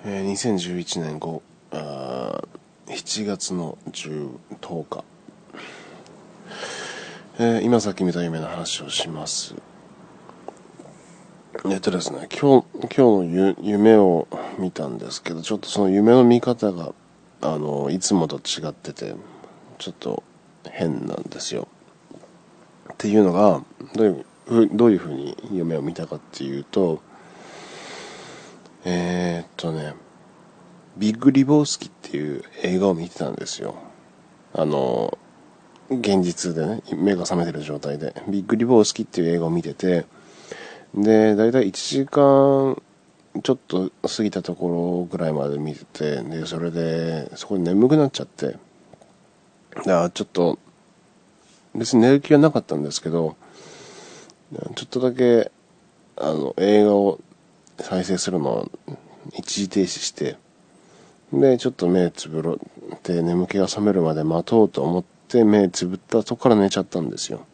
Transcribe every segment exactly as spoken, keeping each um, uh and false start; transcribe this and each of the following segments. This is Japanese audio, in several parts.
えー、にせんじゅういちねんごあしちがつのじゅう、とおか、えー、今さっき見た夢の話をします。えっとですね、今日、今日のゆ夢を見たんですけど、ちょっとその夢の見方が、あの、いつもと違ってて、ちょっと変なんですよ。っていうのが、どういうふう、どういうふうに夢を見たかっていうと、えー、っとね、ビッグリボースキっていう映画を見てたんですよ。あの、現実でね、目が覚めてる状態で、ビッグリボースキっていう映画を見てて、で、だいたいいちじかんちょっと過ぎたところぐらいまで見てて、で、それで、そこで眠くなっちゃって、だからちょっと、別に寝る気はなかったんですけど、ちょっとだけ、あの、映画を再生するのを一時停止して、で、ちょっと目つぶろって眠気が覚めるまで待とうと思って目つぶったとこから寝ちゃったんですよ。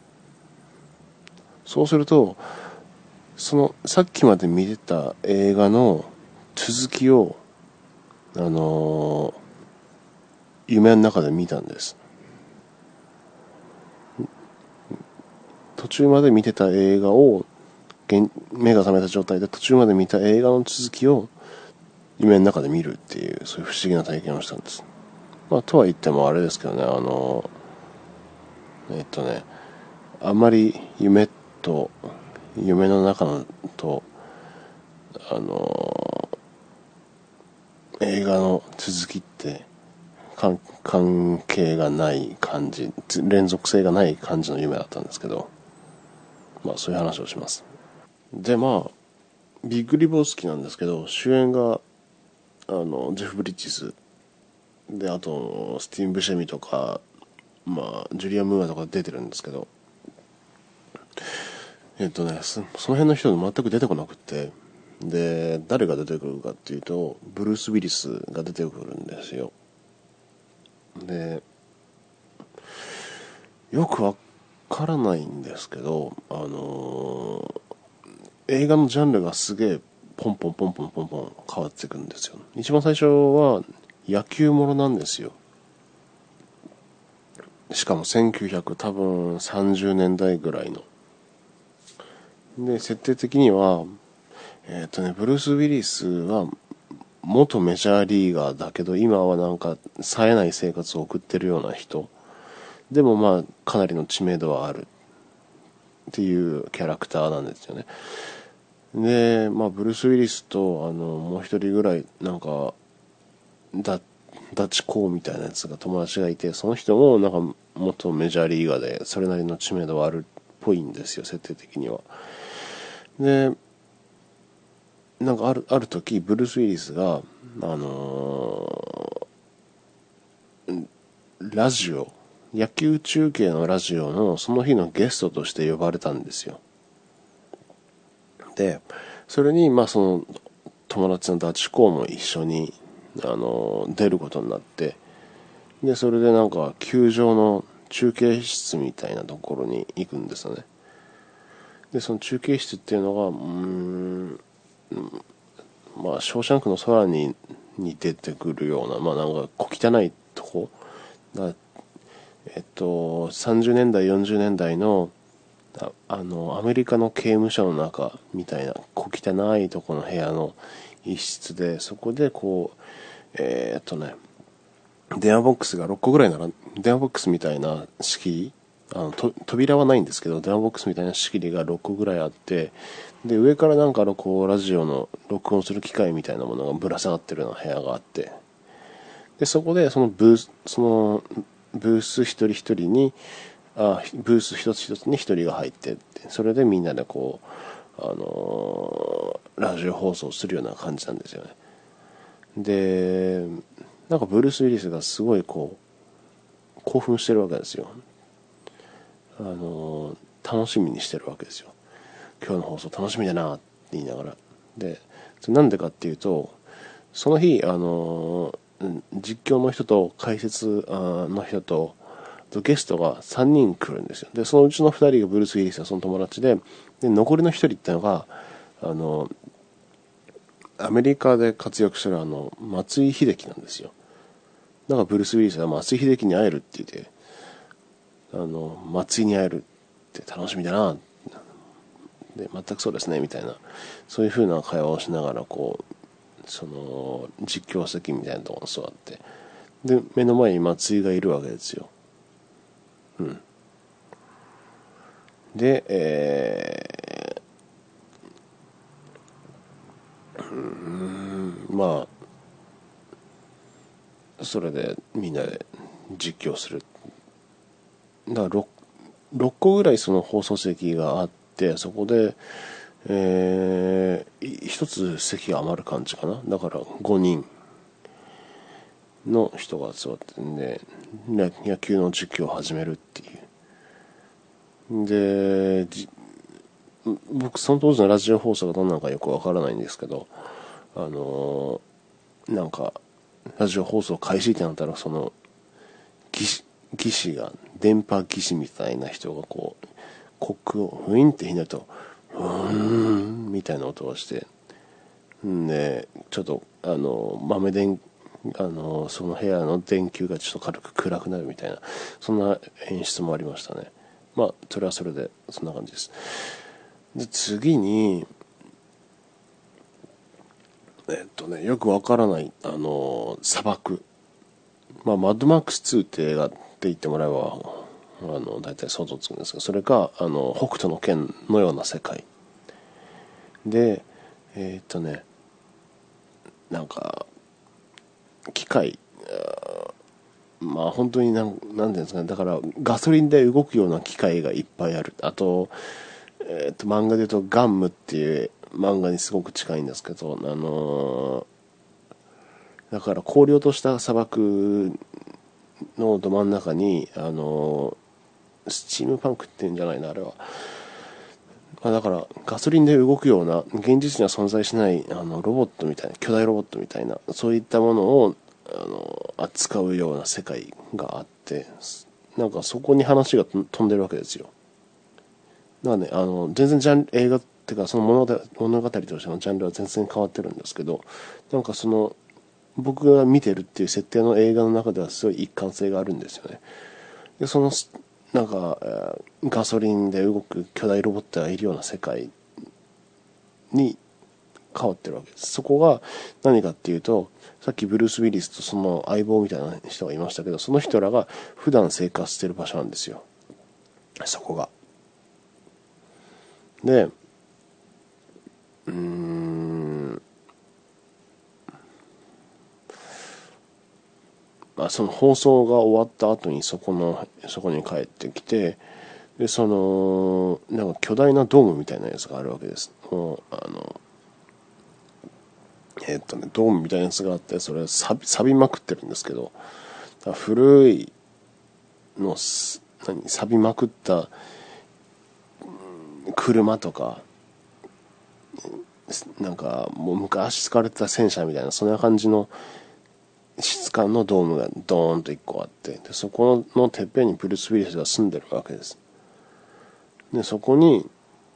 そうすると、そのさっきまで見てた映画の続きを、あのー、夢の中で見たんです。途中まで見てた映画を、目が覚めた状態で途中まで見た映画の続きを夢の中で見るっていう、そういう不思議な体験をしたんです。まあ、とは言ってもあれですけどね、あのー、えっとね、あんまり夢と、夢の中のと、あのー、映画の続きって関係がない感じ、連続性がない感じの夢だったんですけど、まあそういう話をします。で、まあビッグリボースキなんですけど、主演があのジェフ・ブリッジスで、あとスティーン・ブシェミとか、まあジュリア・ムーアとか出てるんですけど、えっとねその辺の人全く出てこなくって、で誰が出てくるかっていうとブルース・ウィリスが出てくるんですよ。でよくわからないんですけど、あのー、映画のジャンルがすげえポンポンポンポンポンポン変わっていくんですよ。一番最初は野球ものなんですよ。しかもせんきゅうひゃく多分さんじゅうねんだいぐらいの。で、設定的には、えっとね、ブルース・ウィリスは元メジャーリーガーだけど、今はなんか冴えない生活を送ってるような人。でもまあ、かなりの知名度はあるっていうキャラクターなんですよね。で、まあ、ブルース・ウィリスと、あの、もう一人ぐらい、なんか、ダダチコーみたいなやつが友達がいて、その人もなんか元メジャーリーガーで、それなりの知名度はあるっぽいんですよ、設定的には。で、なんかある、ある時、ブルース・ウィリスが、あのー、ラジオ、野球中継のラジオのその日のゲストとして呼ばれたんですよ。で、それに、まあその、友達のダチコーも一緒に、あの、出ることになって、で、それでなんか、球場の中継室みたいなところに行くんですよね。で、その中継室っていうのが、うーん、まあ、ショーシャンクの空に、に出てくるような、まあなんか、小汚いとこだ、えっと、さんじゅうねんだい、よんじゅうねんだいの、ああの、アメリカの刑務所の中みたいな、小汚いとこの部屋の一室で、そこでこう、えー、っとね、電話ボックスがろっこぐらいなら、電話ボックスみたいな仕切り、あのと扉はないんですけど、電話ボックスみたいな仕切りがろっこぐらいあって、で、上からなんかのこう、ラジオの録音する機械みたいなものがぶら下がってるような部屋があって、で、そこでそのブース、その、ブース一人一人に、あブース一つ一つに一人が入ってって、それでみんなでこう、あのー、ラジオ放送するような感じなんですよね。で、なんかブルース・ウィリスがすごいこう、興奮してるわけですよ。あのー、楽しみにしてるわけですよ。今日の放送楽しみだなって言いながら。で、それなんでかっていうと、その日、あのー、実況の人と解説の人と、ゲストがさんにん来るんですよ。で、そのうちのふたりがブルース・ウィリスはその友達で、で、残りのひとりってのが、あの、 アメリカで活躍してるあの松井秀喜なんですよ。だからブルース・ウィリスが松井秀喜に会えるって言って、あの松井に会えるって楽しみだな、で全くそうですねみたいな、そういう風な会話をしながらこうその実況席みたいなところに座って、で目の前に松井がいるわけですよ。うんで、えー、うーんまあそれでみんなで実況する。だから 6, ろっこぐらいその放送席があって、そこで、えー、一つ席が余る感じかな。だからごにんの人が集まってんで、野球の実況を始めるっていう。で、僕その当時のラジオ放送がどんなのかよくわからないんですけど、あのー、なんかラジオ放送開始ってなったら、その技師技師が電波技師みたいな人がこうコックをウィンってひねるとうーんみたいな音がして、んでちょっとあの豆電あのその部屋の電球がちょっと軽く暗くなるみたいな、そんな演出もありましたね。まあそれはそれでそんな感じです。で次にえっとねよくわからないあの砂漠、まあマッドマックスツーって映画って言ってもらえばあの大体想像つくんですが、それかあの北斗の拳のような世界で、えー、っとねなんか機械、まあ本当になんなんていうんですかね、だからガソリンで動くような機械がいっぱいある。あと、えー、っと漫画で言うとガンムっていう漫画にすごく近いんですけど、あのー、だから荒涼とした砂漠のど真ん中にあのー、スチームパンクっていうんじゃないなあれは。まあ、だからガソリンで動くような現実には存在しないあのロボットみたいな、巨大ロボットみたいな、そういったものをあの扱うような世界があって、なんかそこに話が飛んでるわけですよ。だからね、あの全然ジャンル映画っていうかその物語物語としてのジャンルは全然変わってるんですけど、なんかその僕が見てるっていう設定の映画の中ではすごい一貫性があるんですよね。でそのなんかガソリンで動く巨大ロボットがいるような世界に変わってるわけです。そこが何かっていうと、さっきブルース・ウィリスとその相棒みたいな人がいましたけど、その人らが普段生活してる場所なんですよ、そこが。でうーんまあその放送が終わった後にそこのそこに帰ってきて、でそのなんか巨大なドームみたいなやつがあるわけです。もうあのえー、っとねドームみたいなやつがあって、それ錆び、錆びまくってるんですけど、古いの何錆びまくった車とか、なんかもう昔使われてた戦車みたいな、そんな感じの質感のドームがドーンといっこあって、でそこのてっぺんにブルース・ウィリスが住んでるわけです。でそこに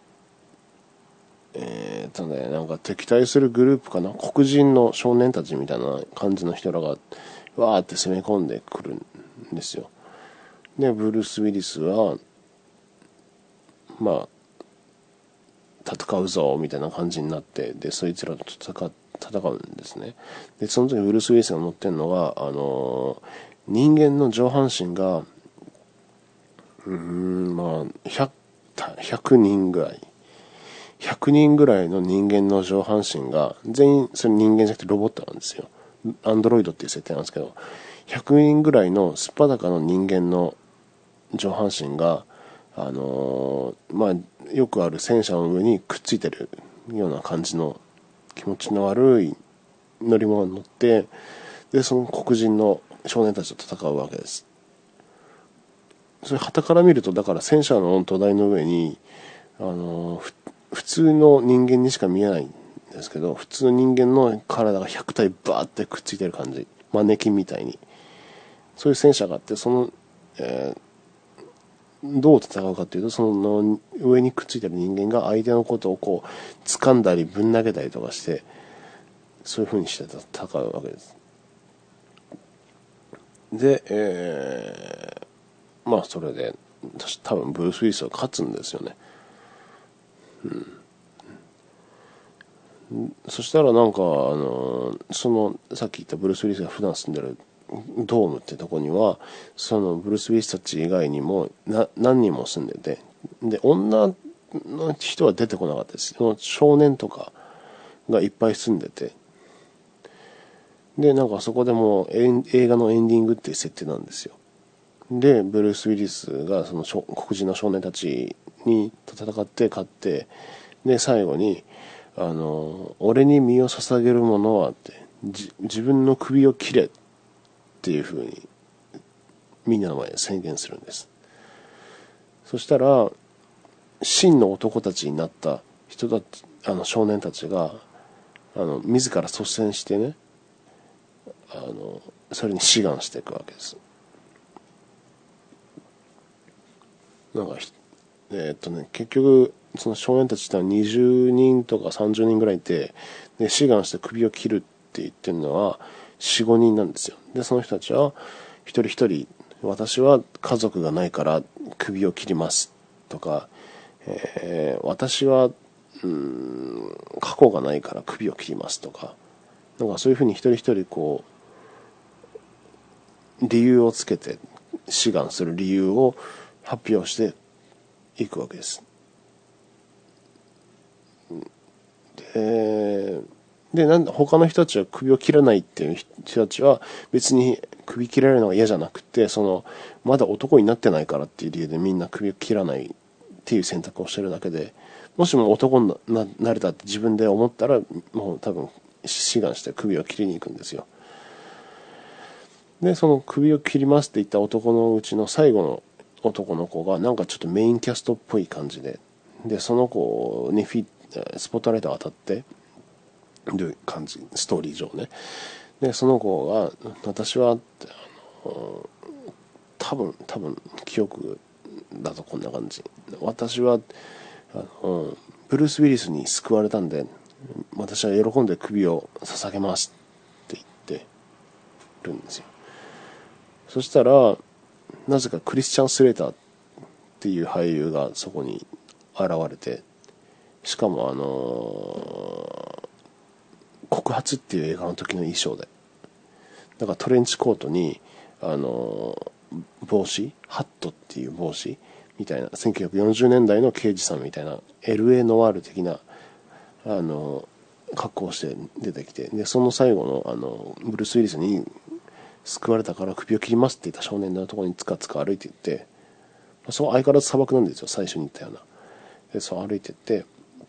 えー、っとねなんか敵対するグループかな、黒人の少年たちみたいな感じの人らがわーって攻め込んでくるんですよ。でブルース・ウィリスはまあ戦うぞみたいな感じになって、でそいつらと戦戦うんですね。でその時ブルース・ウィリスが乗ってるのがあのー、人間の上半身がうーんまあ ひゃく, ひゃくにんぐらいひゃくにんぐらいの人間の上半身が全員それ人間じゃなくてロボットなんですよ。アンドロイドっていう設定なんですけど、ひゃくにんぐらいのすっぱだかの人間の上半身があのー、まあよくある戦車の上にくっついてるような感じの気持ちの悪い乗り物に乗って、でその黒人の少年たちと戦うわけです。それ旗から見るとだから戦車の土台の上にあのー、普通の人間にしか見えないんですけど、普通の人間の体がひゃくたいバーってくっついてる感じ、マネキンみたいにそういう戦車があって、その、えー、どう戦うかというと、その上にくっついてる人間が相手のことをこう掴んだりぶん投げたりとかして、 そういう風にして戦うわけです。で、えー、まあそれで多分ブルース・ウィリスは勝つんですよね。うん、そしたらなんかあのそのさっき言ったブルース・ウィリスが普段住んでるドームってとこにはそのブルース・ウィリスたち以外にもな何人も住んでて、で女の人は出てこなかったです。その少年とかがいっぱい住んでて、でなんかそこでもう映画のエンディングっていう設定なんですよ。でブルース・ウィリスがその黒人の少年たちに戦って勝って、で最後にあの俺に身を捧げる者はって自分の首を切れっていう風にみんなの前で宣言するんです。そしたら真の男たちになった人たち、あの少年たちがあの自ら率先してね、あのそれに志願していくわけです。なんかえー、っとね結局その少年たちってのはにじゅうにんとかさんじゅうにんぐらいいて、で志願して首を切るって言ってるのはよん、ごにんなんですよ。でその人たちは一人一人私は家族がないから首を切りますとか、えー、私はうーん過去がないから首を切りますとか、なんかそういうふうに一人一人こう理由をつけて志願する理由を発表していくわけです。ででなんだ他の人たちは首を切らないっていう人たちは別に首切られるのが嫌じゃなくて、そのまだ男になってないからっていう理由でみんな首を切らないっていう選択をしてるだけで、もしも男に な, なれたって自分で思ったらもう多分志願して首を切りに行くんですよ。でその首を切りますって言った男のうちの最後の男の子がなんかちょっとメインキャストっぽい感じで、でその子にフィスポットライトが当たってる感じ、ストーリー上ね。でその子が私はあの多分多分記憶だとこんな感じ、私はあのブルース・ウィリスに救われたんで私は喜んで首を捧げますって言ってるんですよ。そしたらなぜかクリスチャン・スレーターっていう俳優がそこに現れて、しかもあの告発っていう映画の時の衣装で、だからトレンチコートにあの帽子、ハットっていう帽子みたいなせんきゅうひゃくよんじゅうねんだいの刑事さんみたいな エルエー ノワール的なあの格好をして出てきて、でその最後のあのブルース・ウィリスに救われたから首を切りますって言った少年のところにつかつか歩いていって、そう相変わらず砂漠なんですよ、最初に言ったような。でそう歩いていって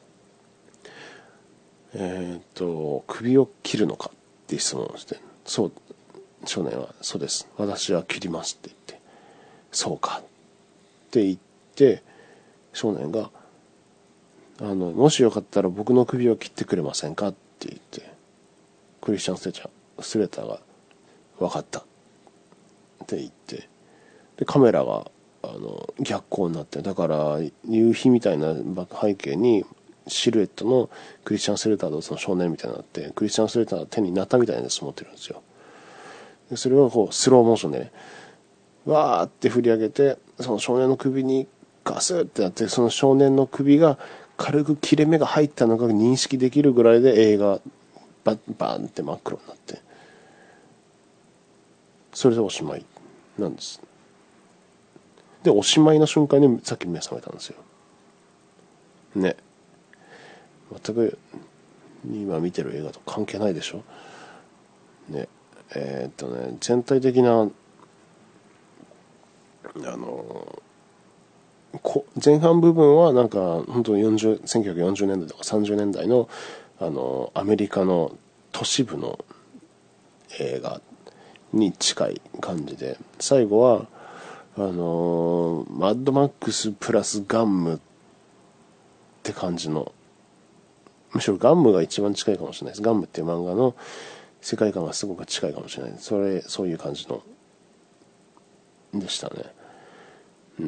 えー、っと首を切るのかって質問をして、そう少年はそうです私は切りますって言って、そうかって言って少年があのもしよかったら僕の首を切ってくれませんかって言って、クリスチャン・スレチャースレーターが分かったって言って、でカメラがあの逆光になって、だから夕日みたいな背景にシルエットのクリスチャン・スレーターとその少年みたいになって、クリスチャン・スレーターは手にナタみたいなやつ持ってるんですよ。でそれをこうスローモーションでねわーって振り上げて、その少年の首にガスってなって、その少年の首が軽く切れ目が入ったのが認識できるぐらいで映画バッバーンって真っ黒になって、それでおしまいなんです。でおしまいの瞬間にさっき目覚めたんですよね。全く今見てる映画と関係ないでしょね。えー、っとね全体的なあの前半部分はなんか本当によんじゅうせんきゅうひゃくよんじゅうねんだいとかさんじゅうねんだいのあのアメリカの都市部の映画に近い感じで、最後はあのマッドマックスプラスガンムって感じの、むしろガンムが一番近いかもしれないです。ガンムっていう漫画の世界観がすごく近いかもしれない。それそういう感じのでしたね。うん。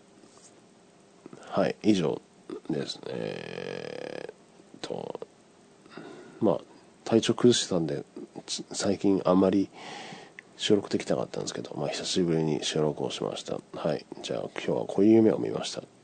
はい、以上ですね。えー、とまあ体調崩してたんで最近あんまり収録できなかったんですけど、まあ久しぶりに収録をしました。はい、じゃあ今日はこういう夢を見ました。